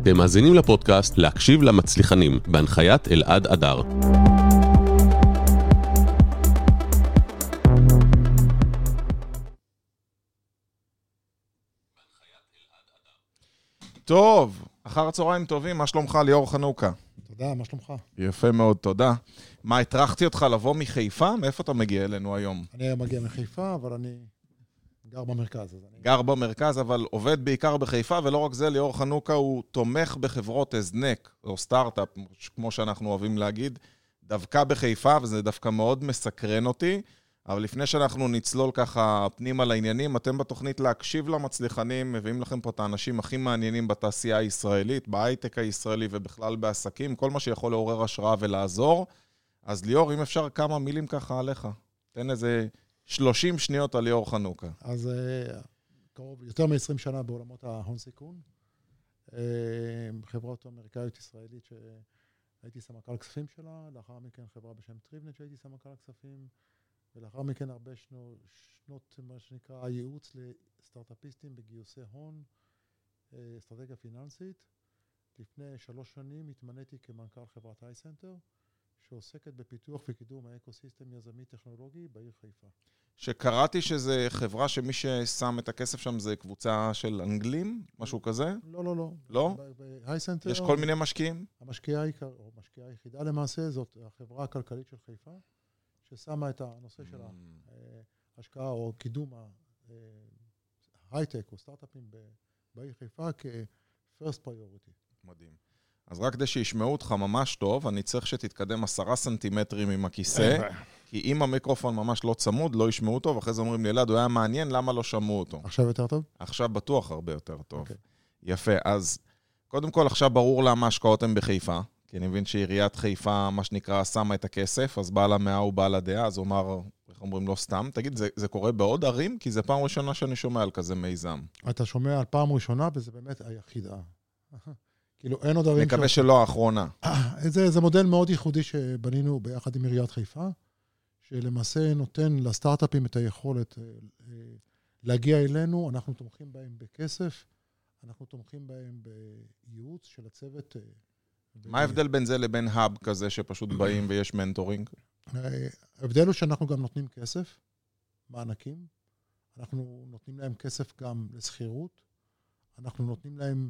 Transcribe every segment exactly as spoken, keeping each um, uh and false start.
אתם מאזינים לפודקאסט להקשיב למצליחנים, בהנחיית אלעד אדר. טוב, אחר הצהריים טובים, מה שלומך ליאור חנוכה? תודה, מה שלומך? יפה מאוד, תודה. מה, הטרחתי אותך לבוא מחיפה? מאיפה אתה מגיע אלינו היום? אני מגיע מחיפה, אבל אני גר במרכז. אז אני... גר במרכז, אבל עובד בעיקר בחיפה, ולא רק זה, ליאור חנוכה הוא תומך בחברות הזנק, או סטארט-אפ, כמו שאנחנו אוהבים להגיד, דווקא בחיפה, וזה דווקא מאוד מסקרן אותי. אבל לפני שאנחנו נצלול ככה פנימה לעניינים, אתם בתוכנית להקשיב למצליחנים, מביאים לכם פה את האנשים הכי מעניינים בתעשייה הישראלית, בהייטק הישראלי ובכלל בעסקים, כל מה שיכול לעורר השראה ולעזור. אז ליאור, אם אפשר כמה מילים ככה עליך, תן איזה שלושים שניות על ליאור חנוכה. אז קרוב יותר מ-עשרים שנה בעולמות ההון סיכון, חברה אמריקאית ישראלית שהייתי סמנכ"ל כספים שלה, לאחר מכן חברה בשם טריבנט שהייתי סמנכ"ל כספים, ולאחר מכן הרבה שנות, שנות מה שנקרא ייעוץ לסטארט-אפיסטים בגיוסי הון, אסטרטגיה פיננסית. לפני שלוש שנים התמניתי כמנכ"ל חברת הייסנטר, שעוסקת בפיתוח וקידום האקוסיסטם יזמי טכנולוגי בעיר חיפה. שקראתי שזה חברה שמי ששם את הכסף שם זה קבוצה של אנגלים, משהו כזה? לא, לא, לא. לא? בהייסנטר... יש כל מיני משקיעים? המשקיעה העיקר, או המשקיעה היחידה למעשה, זאת החברה הכלכלית של חיפה, ששמה את הנושא של ההשקעה או קידום ההייטק או סטארט-אפים בעיר חיפה כ-first priority. מדהים. אז רק כדי שישמעו אותך ממש טוב, אני צריך שתתקדם עשרה סנטימטרים עם הכיסא, כי אם המיקרופון ממש לא צמוד, לא ישמעו אותו, ואחרי זה אומרים לי, אלעד, הוא היה מעניין, למה לא שמעו אותו? עכשיו יותר טוב? עכשיו בטוח הרבה יותר טוב. Okay. יפה, אז קודם כל עכשיו ברור למה ההשקעות הן בחיפה, כי אני מבין שעיריית חיפה, מה שנקרא, שמה את הכסף, אז בעל המאה הוא בעל הדעה, אז הוא אמר, איך אומרים, לא סתם. תגיד, זה, זה קורה בעוד ערים? כי זה פעם ראשונה שאני שומע על כזה מיזם. אתה שומע על פעם ראשונה, וזה באמת היחידה. כאילו, אין עוד ערים... מקווה שלא האחרונה. זה, זה מודל מאוד ייחודי שבנינו ביחד עם עיריית חיפה, שלמעשה נותן לסטארט-אפים את היכולת להגיע אלינו, אנחנו תומכים בהם בכסף, אנחנו תומכים בהם בייעוץ של הצוות... מה ההבדל בין זה לבין האב כזה שפשוט באים ויש מנטורינג? ההבדל הוא שאנחנו גם נותנים כסף, מענקים, אנחנו נותנים להם כסף גם לסחירות, אנחנו נותנים להם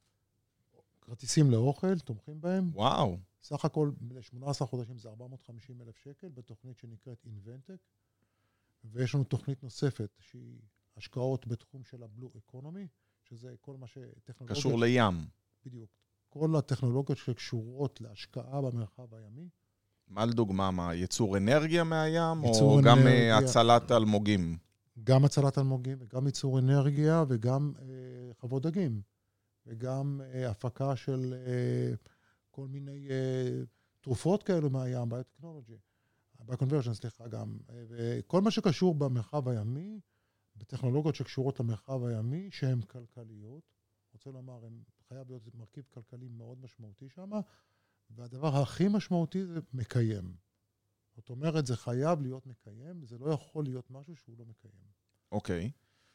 כרטיסים לאוכל, תומכים בהם. וואו. סך הכל ל-שמונה עשרה חודשים זה ארבע מאות וחמישים אלף שקל, בתוכנית שנקראת Inventec, ויש לנו תוכנית נוספת שהיא השקעות בתחום של הבלו אקונומי, שזה כל מה שטכנולוגיה... קשור לים. בדיוק. כל הטכנולוגיות שקשורות להשקעה במרחב הימי. מה לדוגמה? מה? ייצור אנרגיה מהים? ייצור או גם אנרגיה, הצלת אלמוגים? גם הצלת אלמוגים, וגם ייצור אנרגיה, וגם אה, חוות דגים, וגם אה, הפקה של אה, כל מיני אה, תרופות כאלו מהים, ביוטכנולוגי, ביוקונברז'ן, סליחה, גם. וכל מה שקשור במרחב הימי, בטכנולוגיות שקשורות למרחב הימי, שהן כלכליות, רוצה לומר, הם חייב להיות מרכיב כלכלי מאוד משמעותי שם, והדבר הכי משמעותי זה מקיים. זאת אומרת, זה חייב להיות מקיים, זה לא יכול להיות משהו שהוא לא מקיים. אוקיי.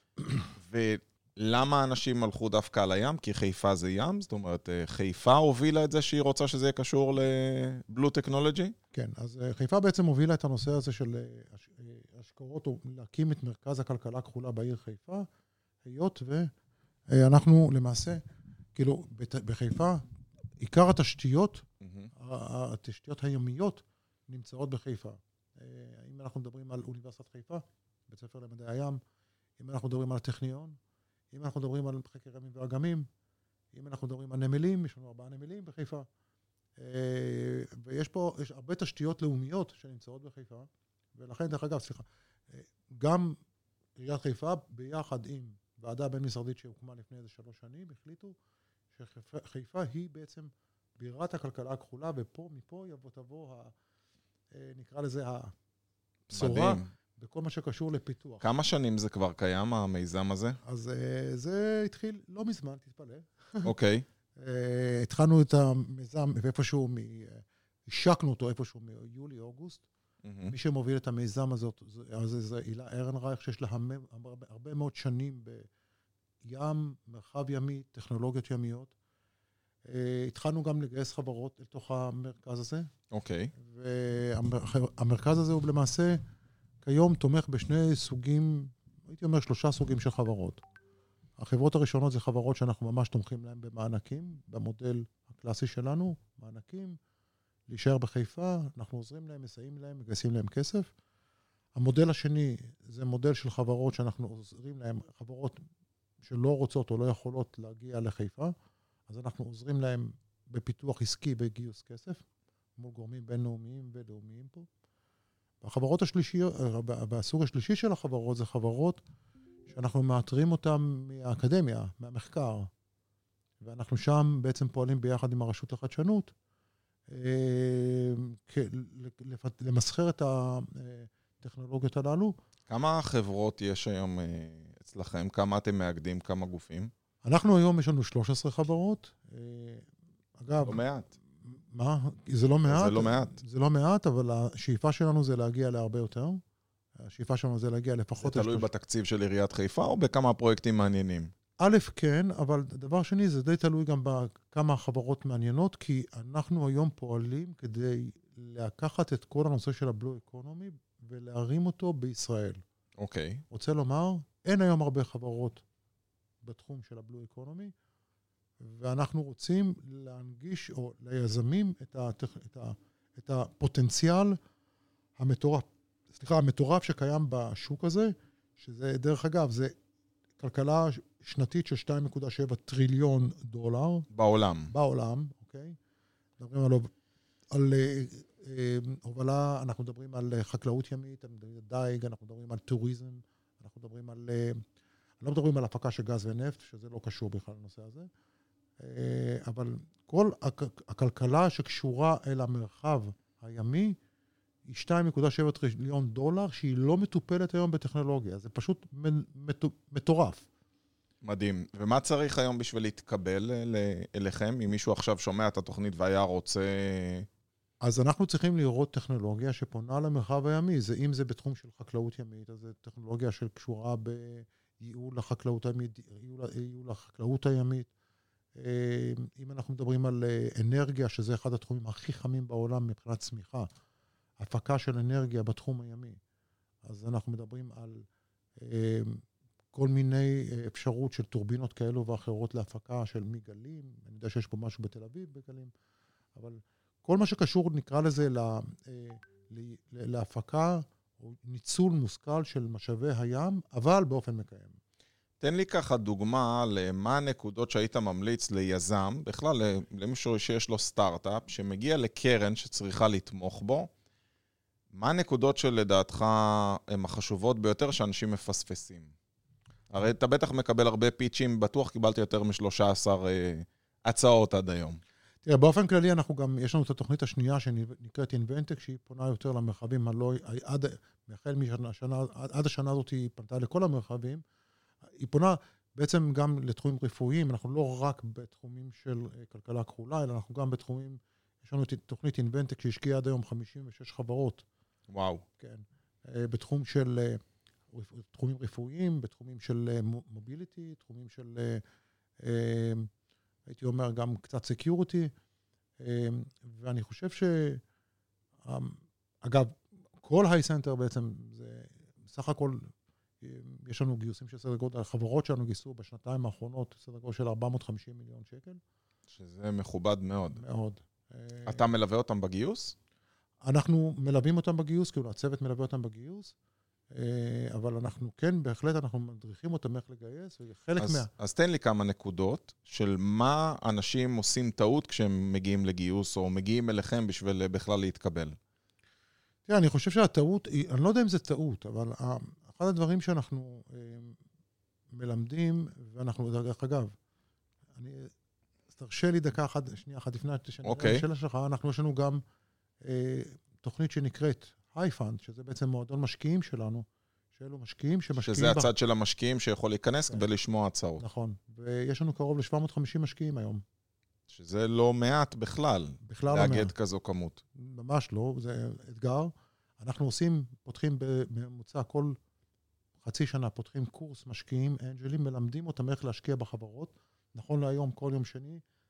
ולמה אנשים הלכו דווקא על הים? כי חיפה זה ים? זאת אומרת, חיפה הובילה את זה שהיא רוצה שזה יהיה קשור לבלו טכנולוגי? כן, אז חיפה בעצם הובילה את הנושא הזה של השקעות, או להקים את מרכז הכלכלה כחולה בעיר חיפה, היות ו... אנחנו למעשה, כאילו, בחיפה, עיקר התשתיות, התשתיות הימיות, נמצאות בחיפה. אם אנחנו מדברים על אוניברסיטת חיפה, בית ספר למדעי הים, אם אנחנו מדברים על הטכניון, אם אנחנו מדברים על חקר ימים ואגמים, אם אנחנו מדברים על נמלים, יש לנו ארבעה נמלים בחיפה. ויש פה, יש הרבה תשתיות לאומיות שנמצאות בחיפה, ולכן, דרך אגב, סליחה, גם עיריית חיפה, ביחד עם ועדה בין-משרדית שהוקמה לפני איזה שלוש שנים, החליטו שחיפה היא בעצם בירת הכלכלה הכחולה, ופה, מפה יבוא תבוא, ה, נקרא לזה הבשורה, בכל מה שקשור לפיתוח. כמה שנים זה כבר קיים, המיזם הזה? אז זה התחיל לא מזמן, תתפלא. אוקיי. התחלנו את המיזם איפשהו, השקנו אותו איפשהו מיולי-אוגוסט, מי שמוביל את המיזם הזאת, זה הילה ארנרייך, שיש לה הרבה מאוד שנים בים, מרחב ימי, טכנולוגיות ימיות, התחלנו גם לגייס חברות לתוך המרכז הזה. אוקיי. והמרכז הזה הוא למעשה כיום תומך בשני סוגים, הייתי אומר שלושה סוגים של חברות. החברות הראשונות זה חברות שאנחנו ממש תומכים להם במענקים, במודל הקלאסי שלנו, מענקים, להישאר בחיפה, אנחנו עוזרים להם, מסייעים להם, מגייסים להם כסף. המודל השני זה מודל של חברות שאנחנו עוזרים להם, חברות שלא רוצות או לא יכולות להגיע לחיפה, אז אנחנו עוזרים להם בפיתוח עסקי בגיוס כסף, מול גורמים בינלאומיים ולאומיים פה. והחברות השלישיות, והסוג השלישי של החברות זה חברות שאנחנו מאתרים אותן מהאקדמיה, מהמחקר, ואנחנו שם בעצם פועלים ביחד עם הרשות לחדשנות, למסחר את הטכנולוגיות הללו. כמה חברות יש היום אצלכם? כמה אתם מאגדים? כמה גופים? אנחנו היום יש לנו שלוש עשרה חברות. אגב... לא מעט. מה? זה לא מעט. זה לא מעט. זה לא מעט, אבל השאיפה שלנו זה להגיע להרבה יותר. השאיפה שלנו זה להגיע לפחות... זה תלוי בתקציב של עיריית חיפה או בכמה פרויקטים מעניינים? א', כן, אבל דבר שני, זה די תלוי גם בכמה חברות מעניינות, כי אנחנו היום פועלים כדי לקחת את כל הנושא של הבלו אקונומי ולהרים אותו בישראל. אוקיי. רוצה לומר, אין היום הרבה חברות בתחום של הבלו אקונומי, ואנחנו רוצים להנגיש או ליזמים את, התכ... את, ה... את הפוטנציאל המטורף, סליחה, המטורף שקיים בשוק הזה, שזה דרך אגב, זה כלכלה שנתית של שתיים נקודה שבע טריליון דולר. בעולם. בעולם, אוקיי. מדברים על, על אה, הובלה, אנחנו מדברים על חקלאות ימית, אנחנו מדברים על דייג, אנחנו מדברים על טוריזם, אנחנו מדברים על, אה, לא מדברים על הפקה של גז ונפט, שזה לא קשור בכלל לנושא הזה. אה, אבל כל הכלכלה שקשורה אל המרחב הימי, היא שתיים נקודה שבע טריליון דולר, שהיא לא מטופלת היום בטכנולוגיה. זה פשוט מטורף. מדהים. ומה צריך היום בשביל להתקבל אליכם? אם מישהו עכשיו שומע את התוכנית והיה רוצה... אז אנחנו צריכים לראות טכנולוגיה שפונה למרחב הימי. זה, אם זה בתחום של חקלאות ימית, אז זה טכנולוגיה שקשורה בייעול לחקלאות הימית, ייעול לחקלאות הימית. אם אנחנו מדברים על אנרגיה, שזה אחד התחומים הכי חמים בעולם מבחינת צמיחה, הפקה של אנרגיה בתחום הימי. אז אנחנו מדברים על אה, כל מיני אפשרות של טורבינות כאלו ואחרות להפקה של מגלים. אני יודע שיש פה משהו בתל אביב בגלים, אבל כל מה שקשור, נקרא לזה, לה, אה, להפקה או ניצול מושכל של משאבי הים, אבל באופן מקיים. תן לי ככה דוגמה למה הנקודות שהיית ממליץ ליזם, בכלל למישהו שיש לו סטארט-אפ, שמגיע לקרן שצריכה לתמוך בו, מה הנקודות שלדעתך הן החשובות ביותר שאנשים מפספסים? הרי אתה בטח מקבל הרבה פיצ'ים, בטוח קיבלתי יותר מ-שלוש עשרה אה, הצעות עד היום. תראה, באופן כללי אנחנו גם, יש לנו את התוכנית השנייה שנקראת אינבנטק, שהיא פונה יותר למרחבים הלא, עד, החל משנה, עד, עד השנה הזאת היא פנתה לכל המרחבים, היא פונה בעצם גם לתחומים רפואיים, אנחנו לא רק בתחומים של כלכלה כחולה, אלא אנחנו גם בתחומים, יש לנו את תוכנית אינבנטק שהשקיעה עד היום חמישים ושש חברות. וואו. כן. בתחום של, תחומים רפואיים, בתחומים של מוביליטי, תחומים של, הייתי אומר, גם קצת סקיוריטי, ואני חושב ש, אגב, כל היי-סנטר בעצם, זה בסך הכל, יש לנו גיוסים של סדר גודל, החברות שלנו גיסו בשנתיים האחרונות, סדר גודל של ארבע מאות וחמישים מיליון שקל. שזה מכובד מאוד. מאוד. אתה מלווה אותם בגיוס? אנחנו מלווים אותם בגיוס, כאילו הצוות מלווה אותם בגיוס, אבל אנחנו כן, בהחלט אנחנו מדריכים אותם איך לגייס, וחלק אז, מה... אז תן לי כמה נקודות של מה אנשים עושים טעות כשהם מגיעים לגיוס, או מגיעים אליכם בשביל בכלל להתקבל. תראה, אני חושב שהטעות, אני לא יודע אם זה טעות, אבל אחד הדברים שאנחנו מלמדים, ואנחנו, דרך אגב, אני, תרשה לי דקה אחת, שנייה אחת לפני השאלה שלך, אנחנו יש לנו גם תוכנית שנקראת הייפנד, שזה בעצם מועדון משקיעים שלנו, שאלו משקיעים שמשקיעים... שזה הצד של המשקיעים שיכול להיכנס ולשמוע הצעות. נכון, ויש לנו קרוב ל-שבע מאות וחמישים משקיעים היום. שזה לא מעט בכלל, בכלל לא מעט. לאגד כזו כמות. ממש לא, זה אתגר. אנחנו עושים, פותחים בממוצע כל חצי שנה, פותחים קורס משקיעים, אנג'לים, מלמדים אותם איך להשקיע בחברות. נכון להיום, כל יום שני,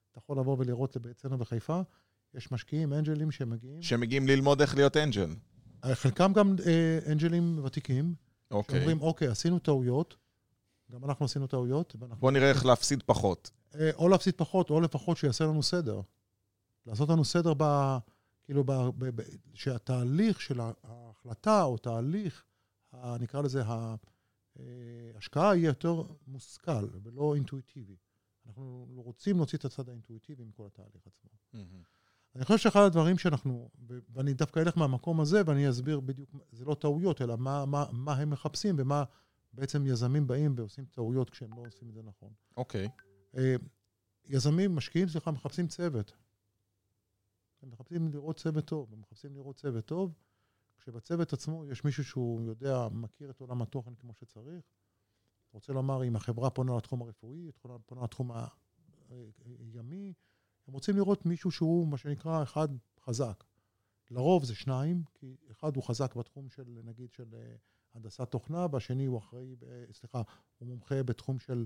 אתה יכול לבוא ולראות אצלנו בחיפה, יש משקיעים, אנג'לים שמגיעים. שמגיעים ללמוד איך להיות אנג'ל. חלקם גם אה, אנג'לים ותיקים, אוקיי. שאומרים, אוקיי, עשינו טעויות, גם אנחנו עשינו טעויות. בוא נראה איך להפסיד פחות. אה, או להפסיד פחות, או לפחות שיעשה לנו סדר. לעשות לנו סדר ב... כאילו, ב, ב, ב, שהתהליך של ההחלטה, או תהליך, ה, נקרא לזה, ההשקעה יהיה יותר מושכל, ולא אינטואיטיבי. אנחנו רוצים להוציא את הצד האינטואיטיבי מכל התהליך עצמו. Mm-hmm. אני חושב שאחד הדברים שאנחנו, ואני דווקא אלך מהמקום הזה, ואני אסביר בדיוק, זה לא טעויות, אלא מה, מה, מה הם מחפשים, ומה בעצם יזמים באים ועושים טעויות כשהם לא עושים את זה נכון. אוקיי. Okay. יזמים, משקיעים, סליחה, מחפשים צוות. הם מחפשים לראות צוות טוב, הם מחפשים לראות צוות טוב, כשבצוות עצמו יש מישהו שהוא יודע, מכיר את עולם התוכן כמו שצריך. רוצה לומר, אם החברה פונה לתחום הרפואי, פונה לתחום הימי, הם רוצים לראות מישהו שהוא, מה שנקרא, אחד חזק. לרוב זה שניים, כי אחד הוא חזק בתחום של, נגיד, של הנדסת תוכנה, והשני הוא אחראי, סליחה, הוא מומחה בתחום של,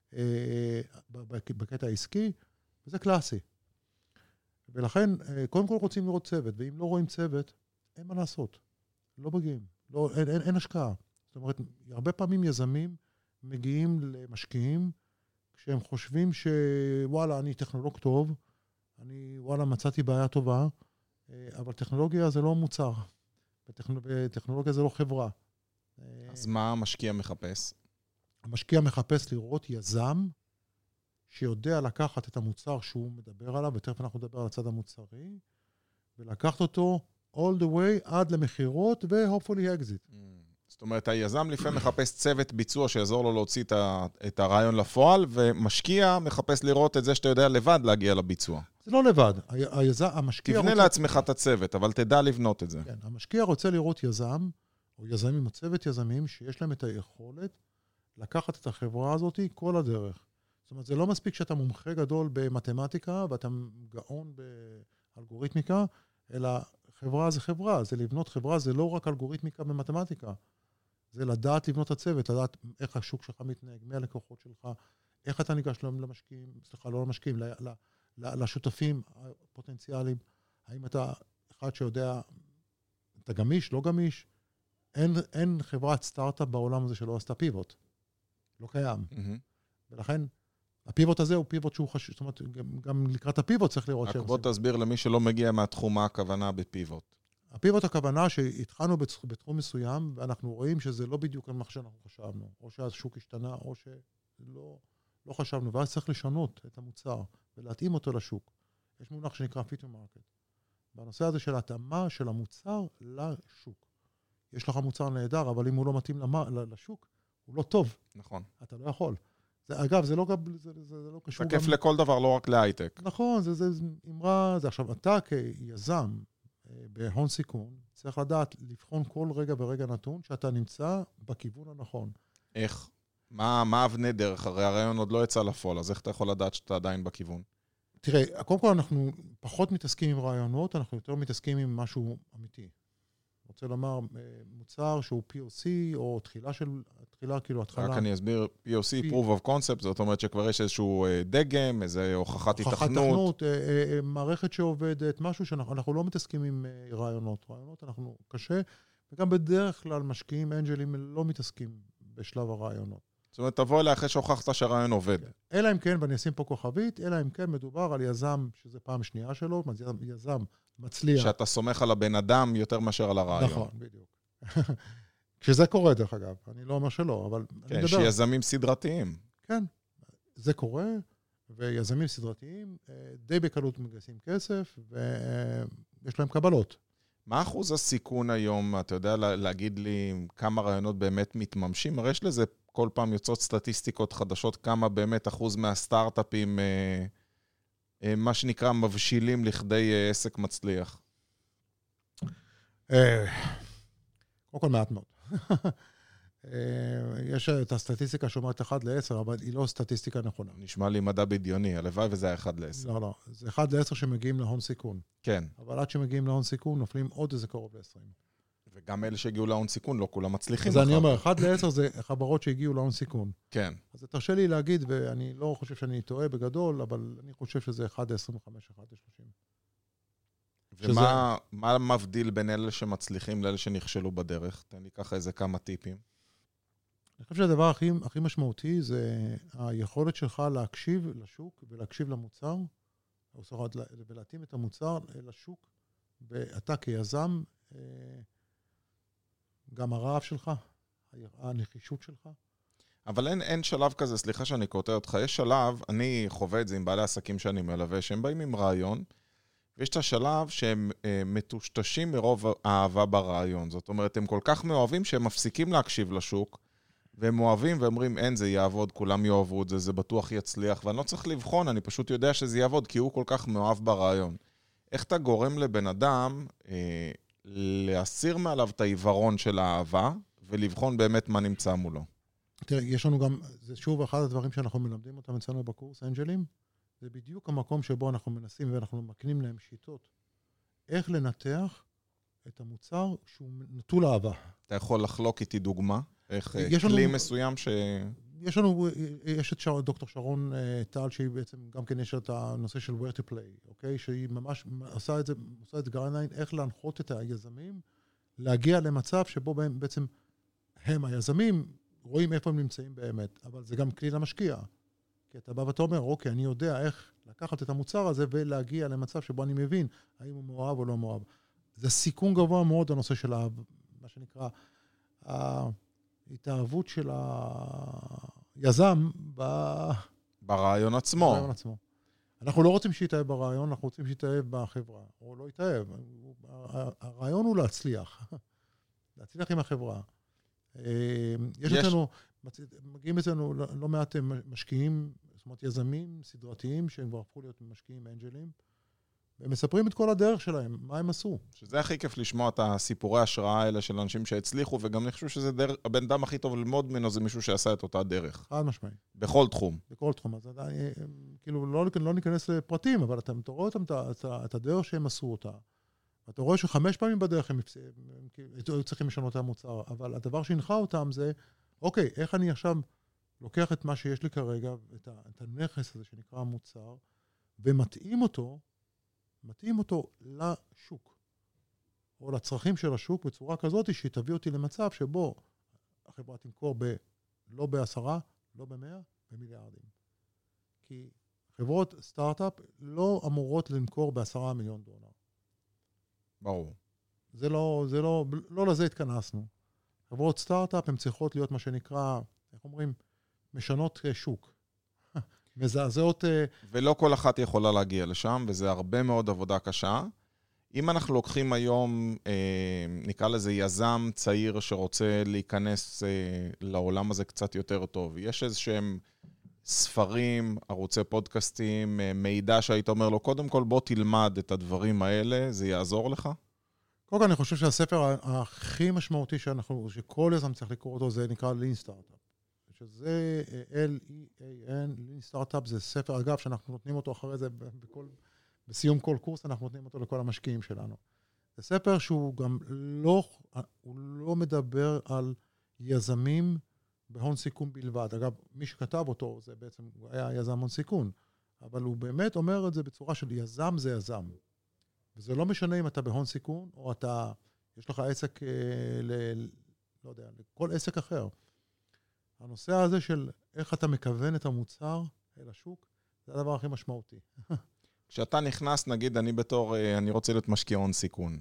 בקטע העסקי, וזה קלאסי. ולכן, קודם כל רוצים לראות צוות, ואם לא רואים צוות, אין מה לעשות. לא מגיעים. לא, אין, אין, אין השקעה. זאת אומרת, הרבה פעמים יזמים מגיעים למשקיעים, כשהם חושבים שוואלה, אני טכנולוג טוב, אני וואלה, מצאתי בעיה טובה, אבל טכנולוגיה זה לא מוצר. טכנולוגיה זה לא חברה. אז מה המשקיע מחפש? המשקיע מחפש לראות יזם, שיודע לקחת את המוצר שהוא מדבר עליו, ותכף אנחנו נדבר על הצד המוצרי, ולקחת אותו all the way עד למחירות, ו-hopefully exit. Mm. זאת אומרת, היזם לפעמים מחפש צוות ביצוע שיעזור לו להוציא את, ה, את הרעיון לפועל, ומשקיע מחפש לראות את זה שאתה יודע לבד להגיע לביצוע. זה לא לבד. היזם, המשקיע תבנה רוצה... לעצמך את הצוות, אבל תדע לבנות את זה. כן, המשקיע רוצה לראות יזם, או יזמים, או צוות יזמים, שיש להם את היכולת לקחת את החברה הזאת כל הדרך. זאת אומרת, זה לא מספיק שאתה מומחה גדול במתמטיקה, ואתה גאון באלגוריתמיקה, אלא חברה זה חברה. זה לבנות חברה, זה לא רק אלגוריתמיקה במתמטיקה. זה לדעת לבנות הצוות, לדעת איך השוק שלך מתנהג, מי הלקוחות שלך, איך אתה ניגש למשקיעים, סליחה, לא למשקיעים, לשותפים הפוטנציאליים. האם אתה אחד שיודע, אתה גמיש, לא גמיש? אין, אין חברת סטארט-אפ בעולם הזה שלא עשתה פיבוט. לא קיים. Mm-hmm. ולכן, הפיבוט הזה הוא פיבוט שהוא חשוב, זאת אומרת, גם, גם לקראת הפיבוט צריך לראות שהם... רק בוא תסביר למי שלא מגיע מהתחום, מה הכוונה בפיבוט. הפיבוט הכוונה שהתחלנו בתחום מסוים, ואנחנו רואים שזה לא בדיוק מה שאנחנו חשבנו, או שהשוק השתנה, או שלא לא חשבנו, ואז צריך לשנות את המוצר, ולהתאים אותו לשוק. יש מונח שנקרא fit to market. בנושא הזה של התאמה של המוצר לשוק. יש לך מוצר נהדר, אבל אם הוא לא מתאים לשוק, הוא לא טוב. נכון. אתה לא יכול. זה, אגב, זה לא, זה, זה, זה לא קשור... תקף גם... לכל דבר, לא רק להייטק. נכון, זה, זה, זה אמרה, זה עכשיו, אתה כיזם, בהון סיכון, צריך לדעת לבחון כל רגע ורגע נתון שאתה נמצא בכיוון הנכון. איך? מה, מה אבני דרך? הרי הרעיון עוד לא יצא לפועל, אז איך אתה יכול לדעת שאתה עדיין בכיוון? תראה, קודם כל אנחנו פחות מתעסקים עם רעיונות, אנחנו יותר מתעסקים עם משהו אמיתי. רוצה לומר, מוצר שהוא פי או סי, או תחילה של, תחילה כאילו התחלה. רק אני אסביר, פי או סי, Proof of Concept, זאת אומרת שכבר יש איזשהו דגם, איזו הוכחת התכנות. הוכחת התכנות, מערכת שעובדת, משהו שאנחנו לא מתעסקים עם רעיונות. רעיונות אנחנו קשה, וגם בדרך כלל משקיעים, אנג'לים, לא מתעסקים בשלב הרעיונות. זאת אומרת, תבוא אליה אחרי שהוכחת שהרעיון עובד. אלא אם כן, ואני אשים פה כוכבית, אלא אם כן מדובר על יזם, שזה פעם שנייה שלו, יזם מצליח. שאתה סומך על הבן אדם יותר מאשר על הרעיון. נכון, בדיוק. כשזה קורה, דרך אגב, אני לא אומר שלא, אבל... כן, שיזמים סדרתיים. כן, זה קורה, ויזמים סדרתיים די בקלות מגייסים כסף, ויש להם קבלות. מה אחוז הסיכון היום? אתה יודע להגיד לי כמה רעיונות באמת מתממשים? הרי יש לזה כל פעם יוצאות סטטיסטיקות חדשות, כמה באמת אחוז מהסטארט-אפים, מה שנקרא, מבשילים לכדי עסק מצליח. קודם כל מעט מאוד. יש את הסטטיסטיקה שאומרת אחד לעשר, אבל היא לא סטטיסטיקה נכונה. נשמע לי מדע בדיוני, הלוואי וזה היה אחד לעשר. לא, לא, זה אחד לעשר שמגיעים להון סיכון. כן. אבל עד שמגיעים להון סיכון, נופלים עוד איזה קרוב ל-עשרים. וגם אלה שהגיעו להון סיכון, לא כולם מצליחים. אז אני אומר, אחד לעשר זה חברות שהגיעו להון סיכון. כן. אז תרשה לי להגיד, ואני לא חושב שאני טועה בגדול, אבל אני חושב שזה אחד עשרים וחמש, אחד שלושים. ומה מה מבדיל בין אלה שמצליחים לאלה שנכשלו בדרך? תן לי ככה איזה כמה טיפים. אני חושב שהדבר הכי, הכי משמעותי זה היכולת שלך להקשיב לשוק ולהקשיב למוצר, ולהתאים את המוצר לשוק, ואתה כיזם, גם הרעב שלך, הנחישות שלך. אבל אין, אין שלב כזה, סליחה שאני קוטע אותך, יש שלב, אני חווה את זה עם בעלי עסקים שאני מלווה, שהם באים עם רעיון, ויש את השלב שהם אה, מטושטשים מרוב האהבה ברעיון. זאת אומרת, הם כל כך מאוהבים שהם מפסיקים להקשיב לשוק, והם אוהבים ואומרים, אין, זה יעבוד, כולם יאהבו את זה, זה בטוח יצליח, ואני לא צריך לבחון, אני פשוט יודע שזה יעבוד, כי הוא כל כך מאוהב ברעיון. איך אתה גורם לבן אדם אה, להסיר מעליו את העיוורון של האהבה, ולבחון באמת מה נמצא מולו? תראה, יש לנו גם, זה שוב אחד הדברים שאנחנו מלמדים אותם אצלנו בקורס, אנג'לים, זה בדיוק המקום שבו אנחנו מנסים ואנחנו מקנים להם שיטות. איך לנתח את המוצר שהוא נטול אהבה. אתה יכול לחלוק איתי דוגמה? איך כלי לנו, מסוים ש... יש לנו, יש את שר, דוקטור שרון טל, שהיא בעצם גם כן יש את הנושא של where to play, אוקיי? שהיא ממש עושה את זה, עושה את גרנליין, איך להנחות את היזמים, להגיע למצב שבו בהם בעצם הם היזמים, רואים איפה הם נמצאים באמת, אבל זה גם כלי למשקיע. כי אתה בא ואתה אומר, אוקיי, אני יודע איך לקחת את המוצר הזה ולהגיע למצב שבו אני מבין האם הוא מאוהב או לא מאוהב. זה סיכון גבוה מאוד, הנושא של מה שנקרא, ההתאהבות של היזם ברעיון עצמו. ברעיון עצמו. אנחנו לא רוצים שיתאהב ברעיון, אנחנו רוצים שיתאהב בחברה, או לא יתאהב. הרעיון הוא להצליח. להצליח עם החברה. יש אצלנו, מגיעים אצלנו לא מעט משקיעים, זאת אומרת יזמים סדרתיים, שהם כבר הפכו להיות משקיעים אנג'לים, והם מספרים את כל הדרך שלהם, מה הם עשו. שזה הכי כיף לשמוע את הסיפורי ההשראה האלה של אנשים שהצליחו, וגם אני חושב שזה דרך, הבן אדם הכי טוב ללמוד ממנו זה מישהו שעשה את אותה דרך. חד משמעי. בכל תחום. בכל תחום. אז כאילו לא, לא ניכנס לפרטים, אבל אתה רואה אותם, את הדרך שהם עשו אותה. אתה רואה שחמש פעמים בדרך הם היו צריכים לשנות את המוצר, אבל הדבר שהנחה אותם זה, אוקיי, איך אני עכשיו לוקח את מה שיש לי כרגע, את, ה, את הנכס הזה שנקרא המוצר, ומתאים אותו, מתאים אותו לשוק, או לצרכים של השוק, בצורה כזאת שהיא תביא אותי למצב שבו החברה תמכור ב, לא בעשרה, לא במאה, במיליארדים. כי חברות סטארט-אפ לא אמורות למכור בעשרה מיליון דולר. ברור. זה לא, זה לא, לא לזה התכנסנו. חברות סטארט-אפ הן צריכות להיות מה שנקרא, איך אומרים, משנות שוק. מזעזעות... ולא כל אחת יכולה להגיע לשם, וזה הרבה מאוד עבודה קשה. אם אנחנו לוקחים היום, נקרא לזה יזם צעיר שרוצה להיכנס לעולם הזה קצת יותר טוב, יש איזשהם ספרים, ערוצי פודקאסטים, מידע שהיית אומר לו, קודם כל בוא תלמד את הדברים האלה, זה יעזור לך? קודם כל אני חושב שהספר הכי משמעותי שאנחנו, שכל יזם צריך לקרוא אותו, זה נקרא Lean Startup. שזה L E A N, Lean Startup, זה ספר, אגב, שאנחנו נותנים אותו אחרי זה, בכל, בסיום כל קורס אנחנו נותנים אותו לכל המשקיעים שלנו. זה ספר שהוא גם לא, הוא לא מדבר על יזמים בהון סיכון בלבד. אגב, מי שכתב אותו, זה בעצם, הוא היה יזם הון סיכון, אבל הוא באמת אומר את זה בצורה של יזם זה יזם. וזה לא משנה אם אתה בהון סיכון, או אתה, יש לך עסק, ל, לא יודע, לכל עסק אחר. הנושא הזה של איך אתה מכוון את המוצר אל השוק, זה הדבר הכי משמעותי. כשאתה נכנס, נגיד, אני בתור, אני רוצה להיות משקיע הון סיכון,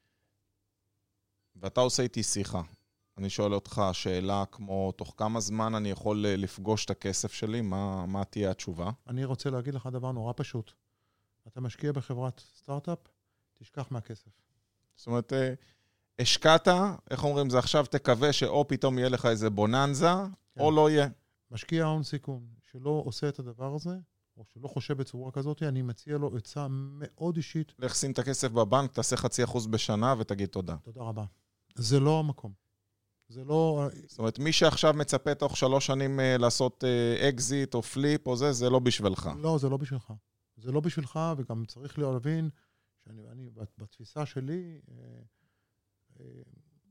ואתה עושה איתי שיחה, אני שואל אותך שאלה כמו, תוך כמה זמן אני יכול לפגוש את הכסף שלי, מה, מה תהיה התשובה? אני רוצה להגיד לך דבר נורא פשוט. אתה משקיע בחברת סטארט-אפ, תשכח מהכסף. זאת אומרת, השקעת, איך אומרים, זה עכשיו תקווה שאו פתאום יהיה לך איזה בוננזה, כן. או לא יהיה. משקיע הון סיכון, שלא עושה את הדבר הזה, או שלא חושב בצורה כזאת, אני מציע לו עצה מאוד אישית. לך שים את הכסף בבנק, תעשה חצי אחוז בשנה ותגיד תודה. תודה רבה. זה לא המקום. זה לא... זאת אומרת, מי שעכשיו מצפה תוך שלוש שנים לעשות אקזיט או פליפ או זה, זה לא בשבילך. לא, זה לא בשבילך. זה לא בשבילך, וגם צריך להבין שאני, אני, בתפיסה שלי,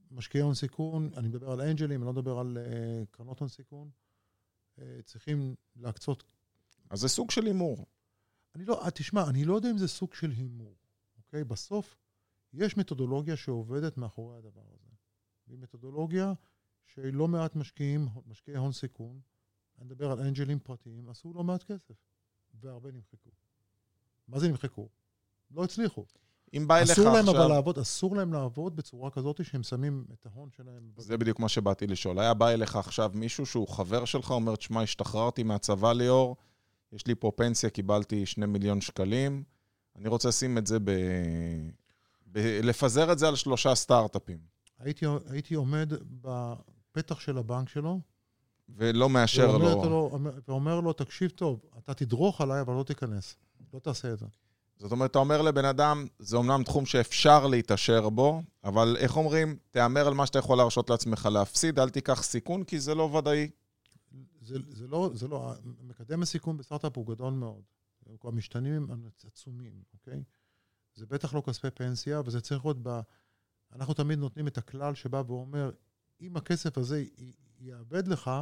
משקיעי הון סיכון, אני מדבר על אנג'לים, אני לא מדבר על uh, קרנות הון סיכון, uh, צריכים להקצות... אז זה סוג של הימור. אני לא, תשמע, אני לא יודע אם זה סוג של הימור, אוקיי? בסוף, יש מתודולוגיה שעובדת מאחורי הדבר הזה. והיא מתודולוגיה שלא מעט משקיעים, משקיעי הון סיכון, אני מדבר על אנג'לים פרטיים, עשו לא מעט כסף, והרבה נמחקו. מה זה נמחקו? לא הצליחו. אם בא אליך אסור להם עכשיו... אבל לעבוד, אסור להם לעבוד בצורה כזאת שהם שמים את ההון שלהם. זה בדיוק מה שבאתי לשאול. היה בא אליך עכשיו מישהו שהוא חבר שלך, אומר, תשמע, השתחררתי מהצבא ליאור, יש לי פה פנסיה, קיבלתי שני מיליון שקלים, אני רוצה לשים את זה ב... ב... לפזר את זה על שלושה סטארט-אפים. הייתי, הייתי עומד בפתח של הבנק שלו, ולא מאשר לו... לו... ואומר לו, תקשיב טוב, אתה תדרוך עליי, אבל לא תיכנס. לא תעשה את זה. זאת אומרת, אתה אומר לבן אדם, זה אומנם תחום שאפשר להתעשר בו, אבל איך אומרים, תאמר על מה שאתה יכול להרשות לעצמך להפסיד, אל תיקח סיכון, כי זה לא ודאי. זה, זה לא, זה לא, מקדם הסיכון בסטארט-אפ הוא גדול מאוד. המשתנים הם עצומים, אוקיי? זה בטח לא כספי פנסיה, וזה צריך להיות ב... אנחנו תמיד נותנים את הכלל שבא ואומר, אם הכסף הזה י- יאבד לך,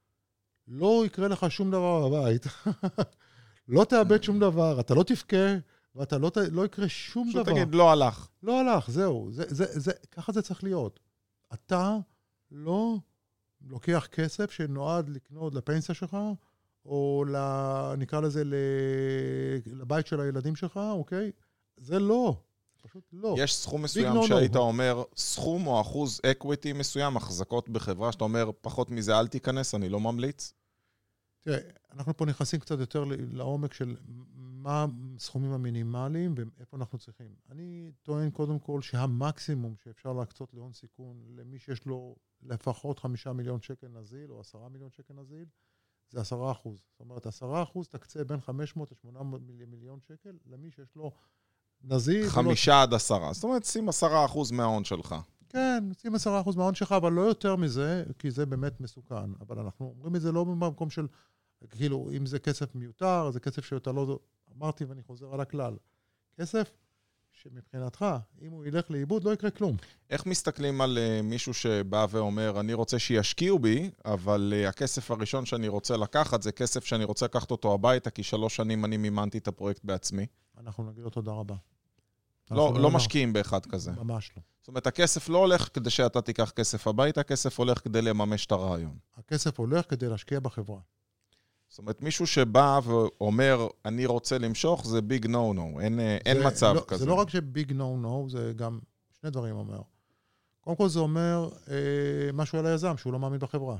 לא יקרה לך שום דבר בבית. לא תאבד שום דבר, אתה לא תפקה, ואתה לא, לא יקרה שום דבר. פשוט תגיד, לא הלך. לא הלך, זהו. זה, זה, זה, ככה זה צריך להיות. אתה לא לוקח כסף שנועד לקנות לפנסיה שלך, או ל, נקרא לזה לבית של הילדים שלך, אוקיי? זה לא. פשוט לא. יש סכום מסוים שהיית אומר, סכום או אחוז אקוויטי מסוים, החזקות בחברה, שאתה אומר, פחות מזה אל תיכנס, אני לא ממליץ. תראה, אנחנו פה נכנסים קצת יותר לעומק של מה הסכומים המינימליים ואיפה אנחנו צריכים. אני טוען קודם כל שהמקסימום שאפשר להקצות להון סיכון למי שיש לו לפחות חמישה מיליון שקל נזיל או עשרה מיליון שקל נזיל, זה עשרה אחוז. זאת אומרת, עשרה אחוז תקצה בין חמש מאות לשמונה מאות מיליון שקל למי שיש לו נזיל. חמישה עד עשרה. זאת אומרת, שים עשרה אחוז מההון שלך. כן, שים עשרה אחוז מההון שלך, אבל לא יותר מזה, כי זה באמת מסוכן. אבל אנחנו אומרים את זה לא במקום של, כאילו, אם זה כסף מיותר, זה כסף שאתה לא... אמרתי ואני חוזר על הכלל. כסף שמבחינתך, אם הוא ילך לאיבוד, לא יקרה כלום. איך מסתכלים על uh, מישהו שבא ואומר, אני רוצה שישקיעו בי, אבל uh, הכסף הראשון שאני רוצה לקחת, זה כסף שאני רוצה לקחת אותו הביתה, כי שלוש שנים אני מימנתי את הפרויקט בעצמי. אנחנו נגיד לו תודה רבה. לא, לא משקיעים באחד כזה. ממש לא. זאת אומרת, הכסף לא הולך כדי שאתה תיקח כסף הביתה, הכסף הולך כדי לממש את הרעיון. הכסף הולך כדי להשקיע בחברה. זאת אומרת, מישהו שבא ואומר, אני רוצה למשוך, זה ביג נו נו, אין, אין מצב לא, כזה. זה לא רק שביג נו נו, זה גם שני דברים אומר. קודם כל זה אומר אה, משהו על היזם, שהוא לא מאמין בחברה.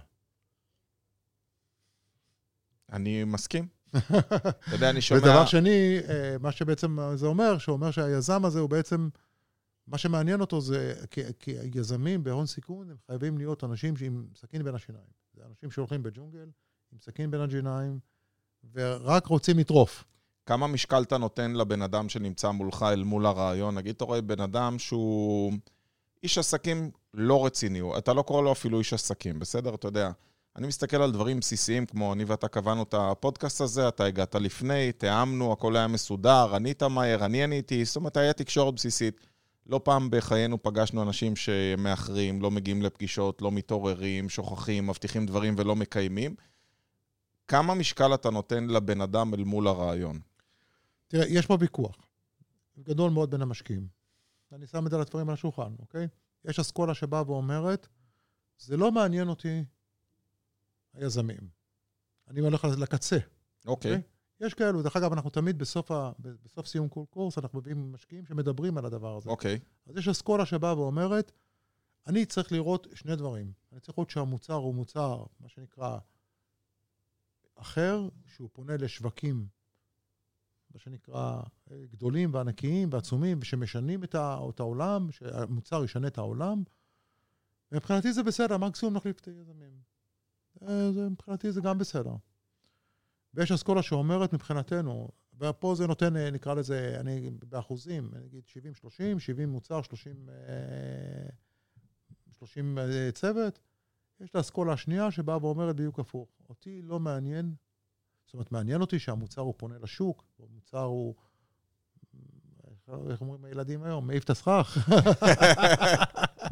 אני מסכים. אתה יודע, אני שומע... ודבר שני, אה, מה שבעצם זה אומר, שאומר שהיזם הזה הוא בעצם, מה שמעניין אותו זה, כי, כי היזמים בהון סיכון, הם חייבים להיות אנשים עם סכין בין השיניים. זה אנשים שהולכים בג'ונגל, עם סכין בין הג'יניים, ורק רוצים לטרוף. כמה משקל אתה נותן לבן אדם שנמצא מולך אל מול הרעיון? נגיד, אתה רואה בן אדם שהוא איש עסקים לא רציני, אתה לא קורא לו אפילו איש עסקים, בסדר? אתה יודע, אני מסתכל על דברים בסיסיים, כמו אני ואתה קבענו את הפודקאסט הזה, אתה הגעת לפני, תאמנו, הכל היה מסודר, ענית מהר, אני עניתי, זאת אומרת, היה תקשורת בסיסית. לא פעם בחיינו פגשנו אנשים שמאחרים, לא מגיעים לפגישות, לא מתעוררים, שוכחים, מבטיחים דברים ולא מקיימים. כמה משקל אתה נותן לבן אדם אל מול הרעיון? תראה, יש פה ויכוח. גדול מאוד בין המשקיעים. אני שם את זה לדברים על השולחן, אוקיי? יש אסכולה שבאה ואומרת, זה לא מעניין אותי היזמים. אני הולך לקצה. אוקיי. יש כאלו, דרך אגב, אנחנו תמיד בסוף, ה, בסוף סיום כל קורס, אנחנו מביאים משקיעים שמדברים על הדבר הזה. אוקיי. אז יש אסכולה שבאה ואומרת, אני צריך לראות שני דברים. אני צריך לראות שהמוצר הוא מוצר, מה שנקרא, אחר, שהוא פונה לשווקים, מה שנקרא, גדולים וענקיים ועצומים, ושמשנים את, ה, את העולם, שהמוצר ישנה את העולם. ומבחינתי זה בסדר, מקסימום נחליף את היזמים. זה, מבחינתי זה גם בסדר. ויש אסכולה שאומרת מבחינתנו, ופה זה נותן, נקרא לזה, אני באחוזים, אני אגיד שבעים שלושים, שבעים מוצר, שלושים, שלושים צוות. יש את האסכולה השנייה שבאה ואומרת בדיוק הפוך. אותי לא מעניין, זאת אומרת, מעניין אותי שהמוצר הוא פונה לשוק, המוצר הוא, איך אומרים הילדים היום, מעיף את הסכך.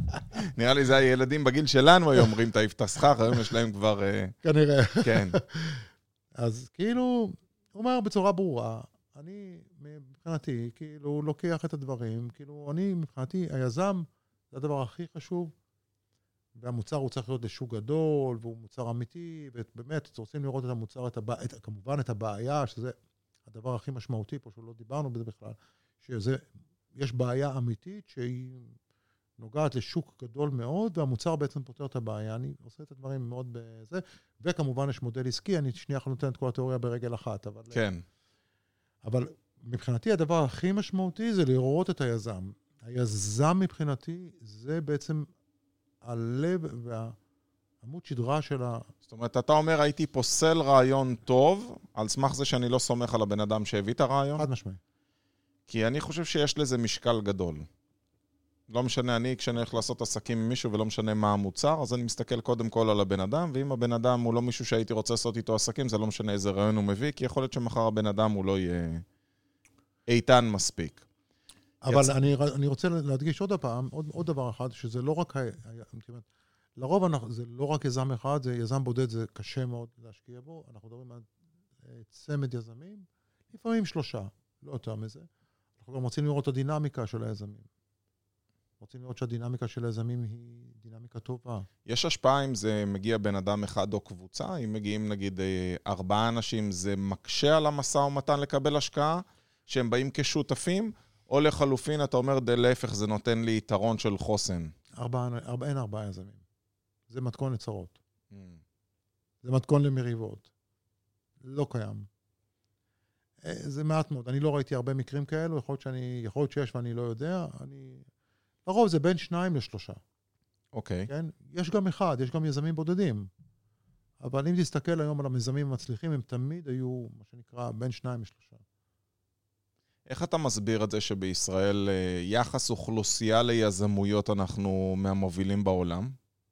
נראה לי זה הילדים בגיל שלנו היום אומרים, תעיף את הסכך, היום יש להם כבר... כנראה. כן. אז כאילו, הוא אומר בצורה ברורה, אני, מבחינתי, כאילו, לוקח את הדברים, כאילו, אני, מבחינתי, היזם, זה הדבר הכי חשוב, והמוצר הוא צריך להיות לשוק גדול, והוא מוצר אמיתי, ובאמת, רוצים לראות את המוצר, את הבע... את, כמובן את הבעיה, שזה הדבר הכי משמעותי פה, שלא דיברנו בזה בכלל, שזה, יש בעיה אמיתית שהיא נוגעת לשוק גדול מאוד, והמוצר בעצם פותר את הבעיה. אני עושה את הדברים מאוד בזה, וכמובן יש מודל עסקי, אני שנייה נותן את כל התיאוריה ברגל אחת, אבל... כן. אבל מבחינתי הדבר הכי משמעותי זה לראות את היזם. היזם מבחינתי זה בעצם הלב והעמוד שדרה של ה... זאת אומרת, אתה אומר, הייתי פוסל רעיון טוב, על סמך זה שאני לא סומך על הבן אדם שהביא את הרעיון? חד משמעי. כי אני חושב שיש לזה משקל גדול. לא משנה, אני כשאני הולך לעשות עסקים עם מישהו ולא משנה מה המוצר, אז אני מסתכל קודם כל על הבן אדם, ואם הבן אדם הוא לא מישהו שהייתי רוצה לעשות איתו עסקים, זה לא משנה איזה רעיון הוא מביא, כי יכול להיות שמחר הבן אדם הוא לא יהיה איתן מספיק. אבל יצא... אני, אני רוצה להדגיש עוד פעם, עוד, עוד דבר אחד, שזה לא רק, ה... לרוב אנחנו, זה לא רק יזם אחד, זה יזם בודד, זה קשה מאוד להשקיע בו, אנחנו מדברים על צמד יזמים, לפעמים שלושה, לא יותר מזה. אנחנו גם רוצים לראות את הדינמיקה של היזמים. רוצים לראות שהדינמיקה של היזמים היא דינמיקה טובה. יש השפעה אם זה מגיע בן אדם אחד או קבוצה? אם מגיעים נגיד ארבעה אנשים, זה מקשה על המשא ומתן לקבל השקעה, שהם באים כשותפים, או לחלופין, אתה אומר, די להפך, זה נותן לי יתרון של חוסן. ארבע, ארבע, אין ארבעה יזמים. זה מתכון לצרות. Mm. זה מתכון למריבות. לא קיים. זה מעט מאוד. אני לא ראיתי הרבה מקרים כאלו, יכול להיות שאני, יכול להיות שיש ואני לא יודע. אני... לרוב זה בין שניים לשלושה. אוקיי. כן? יש גם אחד, יש גם יזמים בודדים. אבל אם תסתכל היום על המיזמים המצליחים, הם תמיד היו, מה שנקרא, בין שניים לשלושה. איך אתה מסביר את זה שבישראל יחס אוכלוסייה ליזמויות אנחנו מהמובילים בעולם?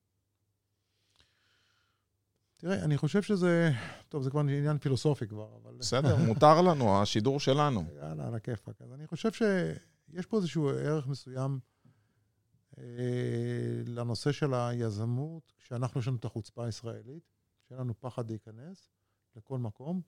תראה, אני חושב שזה, טוב, זה כבר עניין פילוסופי כבר, אבל... בסדר, מותר לנו, השידור שלנו. יאללה, על הכיפק. אז אני חושב שיש פה איזשהו ערך מסוים אה, לנושא של היזמות, כשאנחנו יש לנו את החוצפה הישראלית, שאין לנו פחד להיכנס לכל מקום.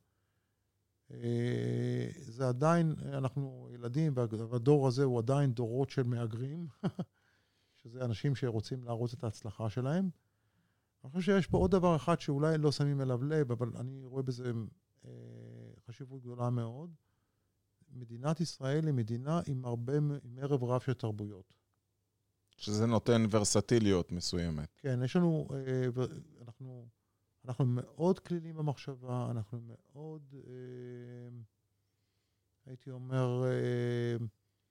אה, זה עדיין, אנחנו ילדים, והדור הזה הוא עדיין דורות של מהגרים, שזה אנשים שרוצים להרוץ את ההצלחה שלהם. אני חושב שיש פה עוד דבר אחד שאולי לא שמים אליו לב, אבל אני רואה בזה אה, חשיבות גדולה מאוד. מדינת ישראל היא מדינה עם הרבה, עם ערב רב של תרבויות. שזה נותן ורסטיליות מסוימת. כן, יש לנו, אה, אנחנו, אנחנו מאוד כלילים במחשבה, אנחנו מאוד, אה, הייתי אומר, אה,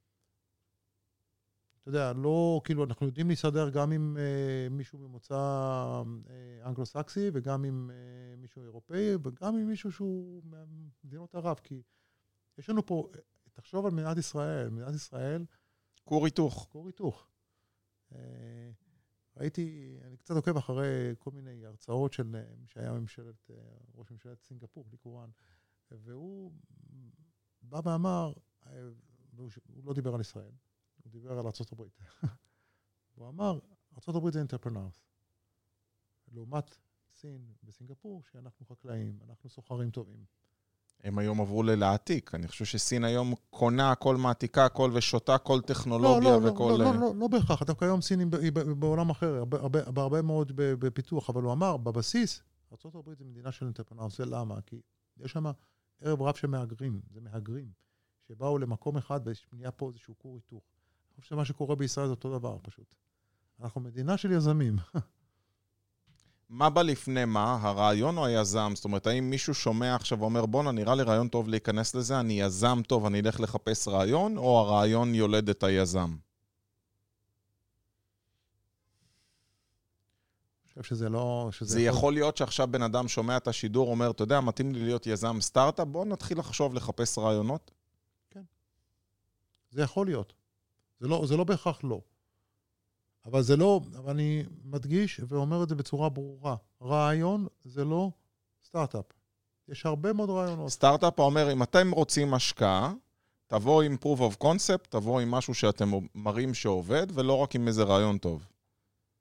אתה יודע, לא, כאילו, אנחנו יודעים להסתדר גם עם אה, מישהו ממוצא אה, אנגלו-סקסי, וגם עם אה, מישהו אירופאי, וגם עם מישהו שהוא ממדינות ערב, כי יש לנו פה, תחשוב על מדינת ישראל, מדינת ישראל... כור היתוך. כור היתוך. אה, ראיתי, אני קצת עוקב אחרי כל מיני הרצאות של מי שהיה ממשלת, ראש ממשלת סינגפור, ליקורן, והוא בא ואמר, והוא לא דיבר על ישראל, הוא דיבר על ארצות הברית. הוא אמר, ארצות הברית זה אנטרפרנרס. לעומת סין וסינגפור, שאנחנו חקלאים, אנחנו סוחרים טובים. הם היום עברו ללהעתיק. אני חושב שסין היום קונה הכל מעתיקה, הכל ושותה, כל טכנולוגיה לא, לא, וכל... לא, לא, לא, לא בהכרח. דווקא היום סין היא בעולם אחר, בהרבה מאוד בפיתוח, אבל הוא אמר, בבסיס, ארצות הברית זה מדינה של אנטרפרנרס. זה למה? כי יש שם ערב רב שמהגרים, זה מהגרים, שבאו למקום אחד ונהיה פה איזשהו כור היתוך. אני חושב שמה שקורה בישראל זה אותו דבר, פשוט. אנחנו מדינה של יזמים. מה בא לפני מה? הרעיון או היזם? זאת אומרת, האם מישהו שומע עכשיו ואומר, בוא, נראה לי רעיון טוב להיכנס לזה, אני יזם טוב, אני אלך לחפש רעיון, או הרעיון יולד את היזם? אני חושב שזה לא... שזה זה יכול... יכול להיות שעכשיו בן אדם שומע את השידור, אומר, אתה יודע, מתאים לי להיות יזם סטארט-אפ, בוא נתחיל לחשוב לחפש רעיונות? כן. זה יכול להיות. זה לא, זה לא בהכרח לא. אבל זה לא, אבל אני מדגיש ואומר את זה בצורה ברורה. רעיון זה לא סטארט-אפ. יש הרבה מאוד רעיונות. סטארט-אפ אומר, אם אתם רוצים השקעה, תבואו עם proof of concept, תבואו עם משהו שאתם מראים שעובד, ולא רק עם איזה רעיון טוב.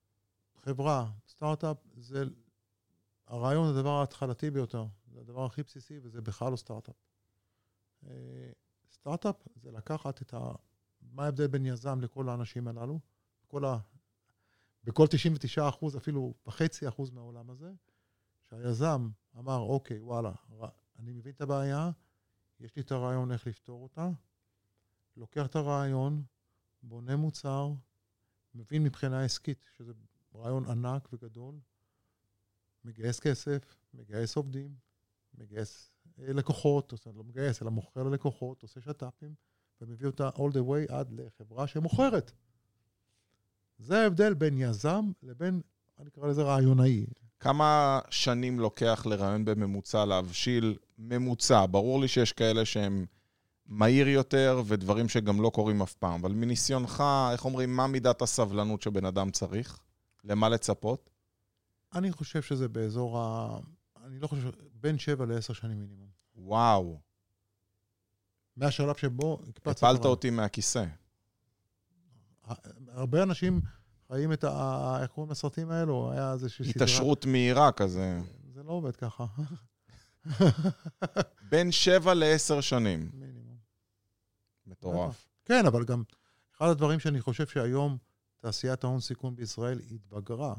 חברה, סטארט-אפ, זה, הרעיון זה הדבר ההתחלתי ביותר, זה הדבר הכי בסיסי, וזה בכלל לא סטארט-אפ. סטארט-אפ זה לקחת את ה... מה ההבדל בין יזם לכל האנשים הללו, כל ה... בכל תשעים ותשעה אחוז, אפילו בחצי אחוז מהעולם הזה, שהיזם אמר, אוקיי, וואלה, אני מבין את הבעיה, יש לי את הרעיון איך לפתור אותה, לוקח את הרעיון, בונה מוצר, מבין מבחינה עסקית, שזה רעיון ענק וגדול, מגייס כסף, מגייס עובדים, מגייס לקוחות, עושה, לא מגייס, אלא מוכר ללקוחות, עושה שטאפים, ומביא אותה all the way עד לחברה שמוכרת. זה ההבדל בין יזם לבין, אני קרא לזה רעיונאי. כמה שנים לוקח לרעיון בממוצע להבשיל ממוצע? ברור לי שיש כאלה שהם מהיר יותר ודברים שגם לא קורים אף פעם, אבל מניסיונך, איך אומרים, מה מידת הסבלנות שבן אדם צריך? למה לצפות? אני חושב שזה באזור ה... אני לא חושב... בין שבע לעשר שנים מינימום. וואו. מהשלב שבו... הפלת אותי מהכיסא. הרבה אנשים חיים את ה... איך קוראים לסרטים האלו? היה איזושהי סדרה... התעשרות מהירה כזה. זה לא עובד ככה. בין שבע לעשר שנים. מינימום. מטורף. כן, אבל גם אחד הדברים שאני חושב שהיום תעשיית ההון סיכון בישראל התבגרה,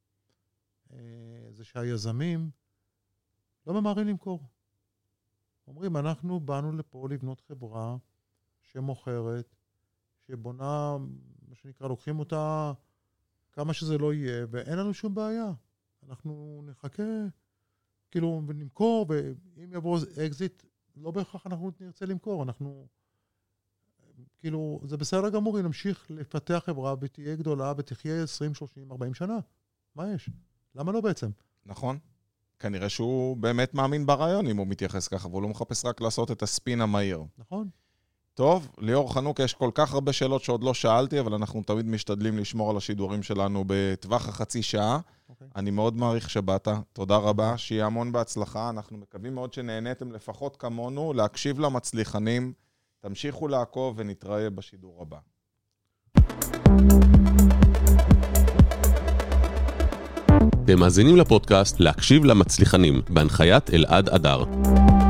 זה שהיזמים לא ממהרים למכור. אומרים, אנחנו באנו לפה לבנות חברה שמוכרת, שבונה, מה שנקרא, לוקחים אותה כמה שזה לא יהיה, ואין לנו שום בעיה. אנחנו נחכה, כאילו, ונמכור, ואם יבוא אקזיט, לא בהכרח אנחנו נרצה למכור, אנחנו, כאילו, זה בסדר גמור, אם נמשיך לפתח חברה, ותהיה גדולה, ותחיה עשרים, שלושים, ארבעים שנה. מה יש? למה לא בעצם? נכון. כנראה שהוא באמת מאמין ברעיון, אם הוא מתייחס ככה, והוא לא מחפש רק לעשות את הספין המהיר. נכון. טוב, ליאור חנוכה, יש כל כך הרבה שאלות שעוד לא שאלתי, אבל אנחנו תמיד משתדלים לשמור על השידורים שלנו בטווח החצי שעה. Okay. אני מאוד מעריך שבאת. תודה רבה, שיהיה המון בהצלחה. אנחנו מקווים מאוד שנהניתם לפחות כמונו, להקשיב למצליחנים. תמשיכו לעקוב ונתראה בשידור הבא. אתם מאזינים לפודקאסט להקשיב למצליחנים, בהנחיית אלעד אדר.